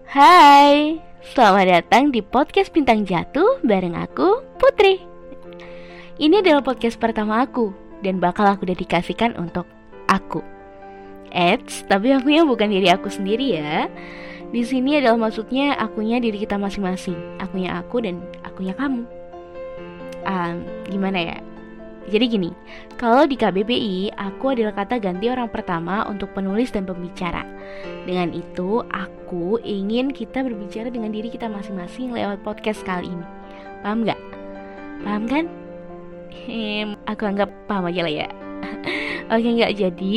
Hai, selamat datang di podcast Bintang Jatuh bareng aku, Putri. Ini adalah podcast pertama aku dan bakal aku dedikasikan untuk aku. Tapi akunya bukan diri aku sendiri ya. Di sini adalah maksudnya akunya diri kita masing-masing. Akunya aku dan akunya kamu. Gimana ya? Jadi gini, kalau di KBBI, aku adalah kata ganti orang pertama untuk penulis dan pembicara. Dengan itu, aku ingin kita berbicara dengan diri kita masing-masing lewat podcast kali ini. Paham gak? Paham kan? Aku anggap paham aja lah ya. Oke, gak jadi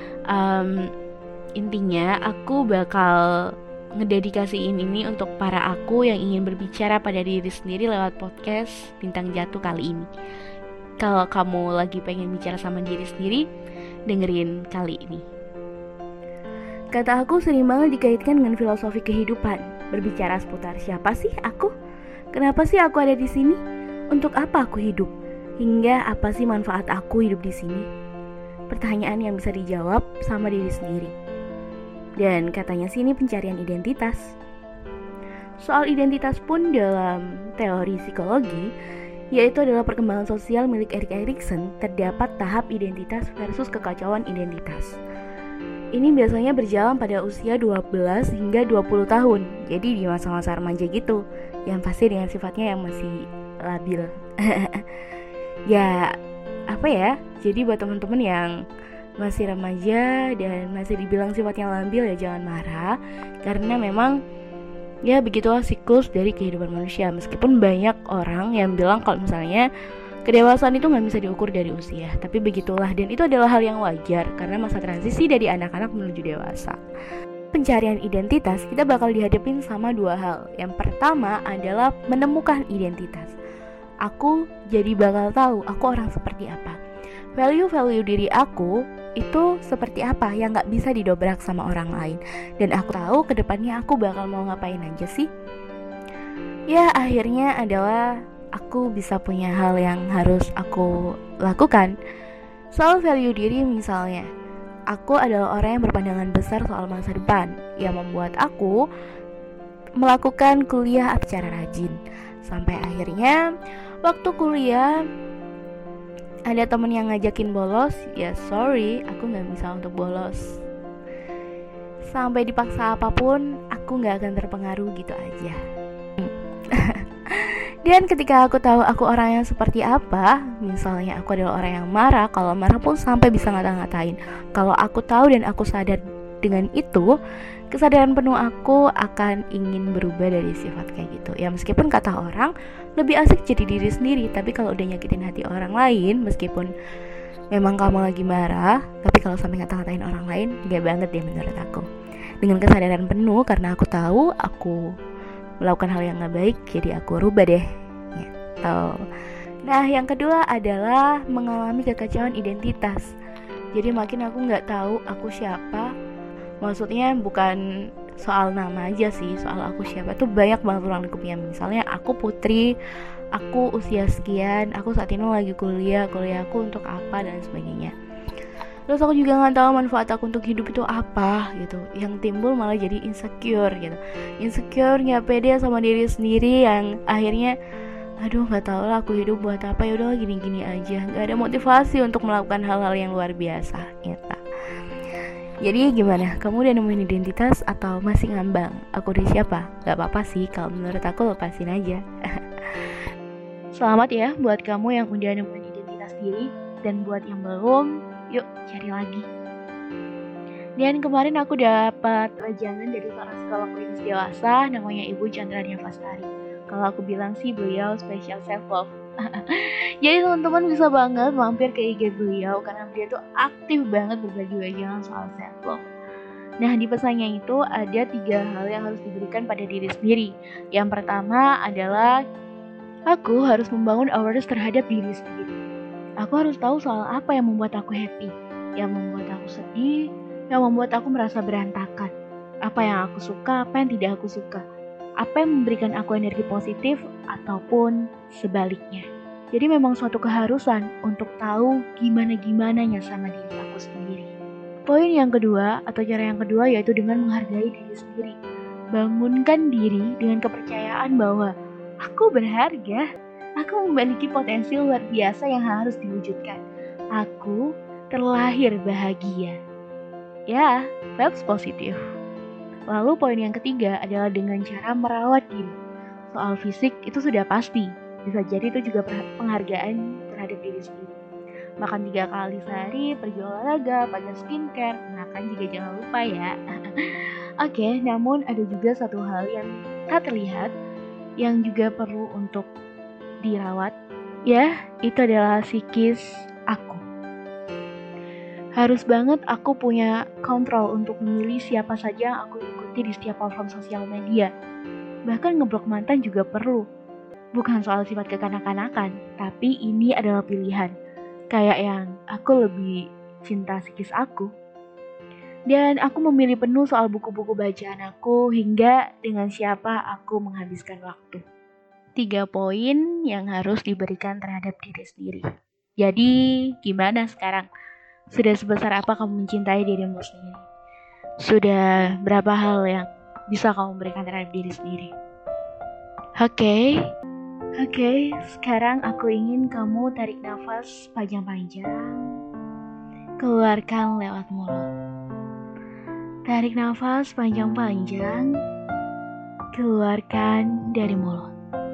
intinya aku bakal ngededikasiin ini untuk para aku yang ingin berbicara pada diri sendiri lewat podcast Bintang Jatuh kali ini. Kalau kamu lagi pengen bicara sama diri sendiri, dengerin kali ini. Kata aku sering banget dikaitkan dengan filosofi kehidupan. Berbicara seputar siapa sih aku? Kenapa sih aku ada di sini? Untuk apa aku hidup? Hingga apa sih manfaat aku hidup di sini? Pertanyaan yang bisa dijawab sama diri sendiri. Dan katanya sih ini pencarian identitas. Soal identitas pun dalam teori psikologi, yaitu adalah perkembangan sosial milik Erik Erikson, terdapat tahap identitas versus kekacauan identitas. Ini biasanya berjalan pada usia 12 hingga 20 tahun. Jadi di masa-masa remaja gitu, yang pasti dengan sifatnya yang masih labil. Ya, apa ya? Jadi buat teman-teman yang masih remaja dan masih dibilang sifatnya labil ya jangan marah, karena memang ya begitulah siklus dari kehidupan manusia. Meskipun banyak orang yang bilang kalau misalnya kedewasaan itu gak bisa diukur dari usia, tapi begitulah, dan itu adalah hal yang wajar karena masa transisi dari anak-anak menuju dewasa. Pencarian identitas kita bakal dihadapin sama dua hal. Yang pertama adalah menemukan identitas. Aku jadi bakal tahu aku orang seperti apa, value diri aku itu seperti apa yang gak bisa didobrak sama orang lain. Dan aku tahu kedepannya aku bakal mau ngapain aja sih. Ya akhirnya adalah aku bisa punya hal yang harus aku lakukan. Soal value diri misalnya, aku adalah orang yang berpandangan besar soal masa depan, yang membuat aku melakukan kuliah secara rajin. Sampai akhirnya waktu kuliah ada temen yang ngajakin bolos, ya sorry, aku gak bisa untuk bolos. Sampai dipaksa apapun, aku gak akan terpengaruh gitu aja. Dan ketika aku tahu aku orang yang seperti apa, misalnya aku adalah orang yang marah, kalau marah pun sampai bisa ngata-ngatain. Kalau aku tahu dan aku sadar dengan itu, kesadaran penuh aku akan ingin berubah dari sifat kayak gitu. Ya meskipun kata orang lebih asik jadi diri sendiri, tapi kalau udah nyakitin hati orang lain, meskipun memang kamu lagi marah, tapi kalau sampai ngata-ngatain orang lain, gak banget deh menurut aku. Dengan kesadaran penuh, karena aku tahu aku melakukan hal yang gak baik, jadi aku rubah deh gitu. Nah yang kedua adalah mengalami kekacauan identitas. Jadi makin aku gak tahu aku siapa. Maksudnya bukan soal nama aja sih, soal aku siapa tuh banyak banget ruang lingkupnya. Misalnya aku Putri, aku usia sekian, aku saat ini lagi kuliah aku untuk apa dan sebagainya. Terus aku juga nggak tahu manfaat aku untuk hidup itu apa gitu. Yang timbul malah jadi insecure gitu. Insecure, nggak pede sama diri sendiri, yang akhirnya aduh nggak tahu lah aku hidup buat apa, ya udah gini-gini aja, nggak ada motivasi untuk melakukan hal-hal yang luar biasa gitu. Jadi gimana? Kamu udah nemuin identitas atau masih ngambang? Aku udah siapa? Gak apa-apa sih, kalau menurut aku lepasin aja. Selamat ya buat kamu yang udah nemuin identitas diri. Dan buat yang belum, yuk cari lagi. Dan kemarin aku dapat wejangan dari seorang psikolog klinis dewasa, namanya Ibu Chandra Devastari. Kalau aku bilang sih beliau special self love. Jadi teman-teman bisa banget mampir ke IG beliau, karena beliau tuh aktif banget berbagi wejangan soal self love. Nah di pesannya itu ada 3 hal yang harus diberikan pada diri sendiri. Yang pertama adalah aku harus membangun awareness terhadap diri sendiri. Aku harus tahu soal apa yang membuat aku happy, yang membuat aku sedih, yang membuat aku merasa berantakan. Apa yang aku suka, apa yang tidak aku suka, apa yang memberikan aku energi positif ataupun sebaliknya. Jadi memang suatu keharusan untuk tahu gimana-gimananya sama diri aku sendiri. Poin yang kedua atau cara yang kedua yaitu dengan menghargai diri sendiri. Bangunkan diri dengan kepercayaan bahwa aku berharga. Aku memiliki potensi luar biasa yang harus diwujudkan. Aku terlahir bahagia. Ya, vibes positif. Lalu poin yang ketiga adalah dengan cara merawat diri. Soal fisik itu sudah pasti. Bisa jadi itu juga penghargaan terhadap diri sendiri. Makan 3 kali sehari, pergi olahraga, pakai skincare, makan juga jangan lupa ya. Oke, namun ada juga satu hal yang tak terlihat yang juga perlu untuk dirawat. Ya, itu adalah psikis aku. Harus banget aku punya kontrol untuk memilih siapa saja yang aku ikuti di setiap platform sosial media. Bahkan ngeblok mantan juga perlu. Bukan soal sifat kekanak-kanakan, tapi ini adalah pilihan. Kayak yang aku lebih cinta psikis aku. Dan aku memilih penuh soal buku-buku bacaan aku hingga dengan siapa aku menghabiskan waktu. 3 poin yang harus diberikan terhadap diri sendiri. Jadi, gimana sekarang? Sudah sebesar apa kamu mencintai dirimu sendiri? Sudah berapa hal yang bisa kamu berikan terhadap diri sendiri? Oke, sekarang aku ingin kamu tarik nafas panjang-panjang. Keluarkan lewat mulut. Tarik nafas panjang-panjang. Keluarkan dari mulut.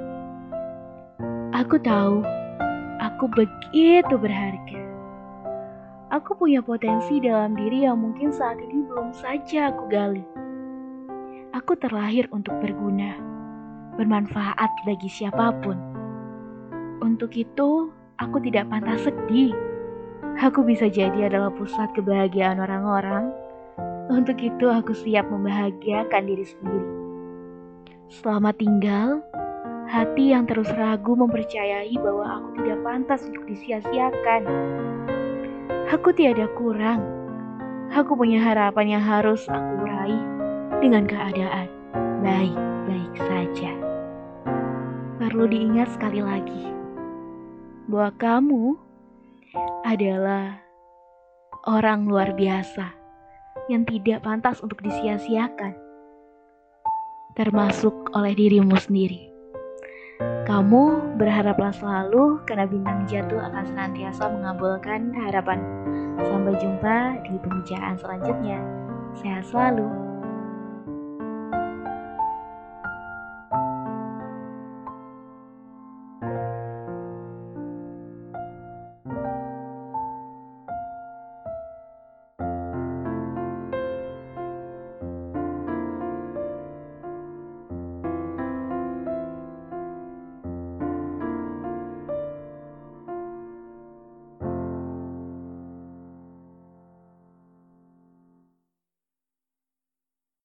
Aku tahu, aku begitu berharga. Aku punya potensi dalam diri yang mungkin saat ini belum saja aku gali. Aku terlahir untuk berguna, bermanfaat bagi siapapun. Untuk itu, aku tidak pantas sedih. Aku bisa jadi adalah pusat kebahagiaan orang-orang. Untuk itu, aku siap membahagiakan diri sendiri. Selamat tinggal. Hati yang terus ragu mempercayai bahwa aku tidak pantas untuk disia-siakan. Aku tiada kurang. Aku punya harapan yang harus aku raih dengan keadaan baik-baik saja. Perlu diingat sekali lagi bahwa kamu adalah orang luar biasa yang tidak pantas untuk disia-siakan, termasuk oleh dirimu sendiri. Kamu berharaplah selalu karena bintang jatuh akan senantiasa mengabulkan harapan. Sampai jumpa di pembicaraan selanjutnya. Sehat selalu.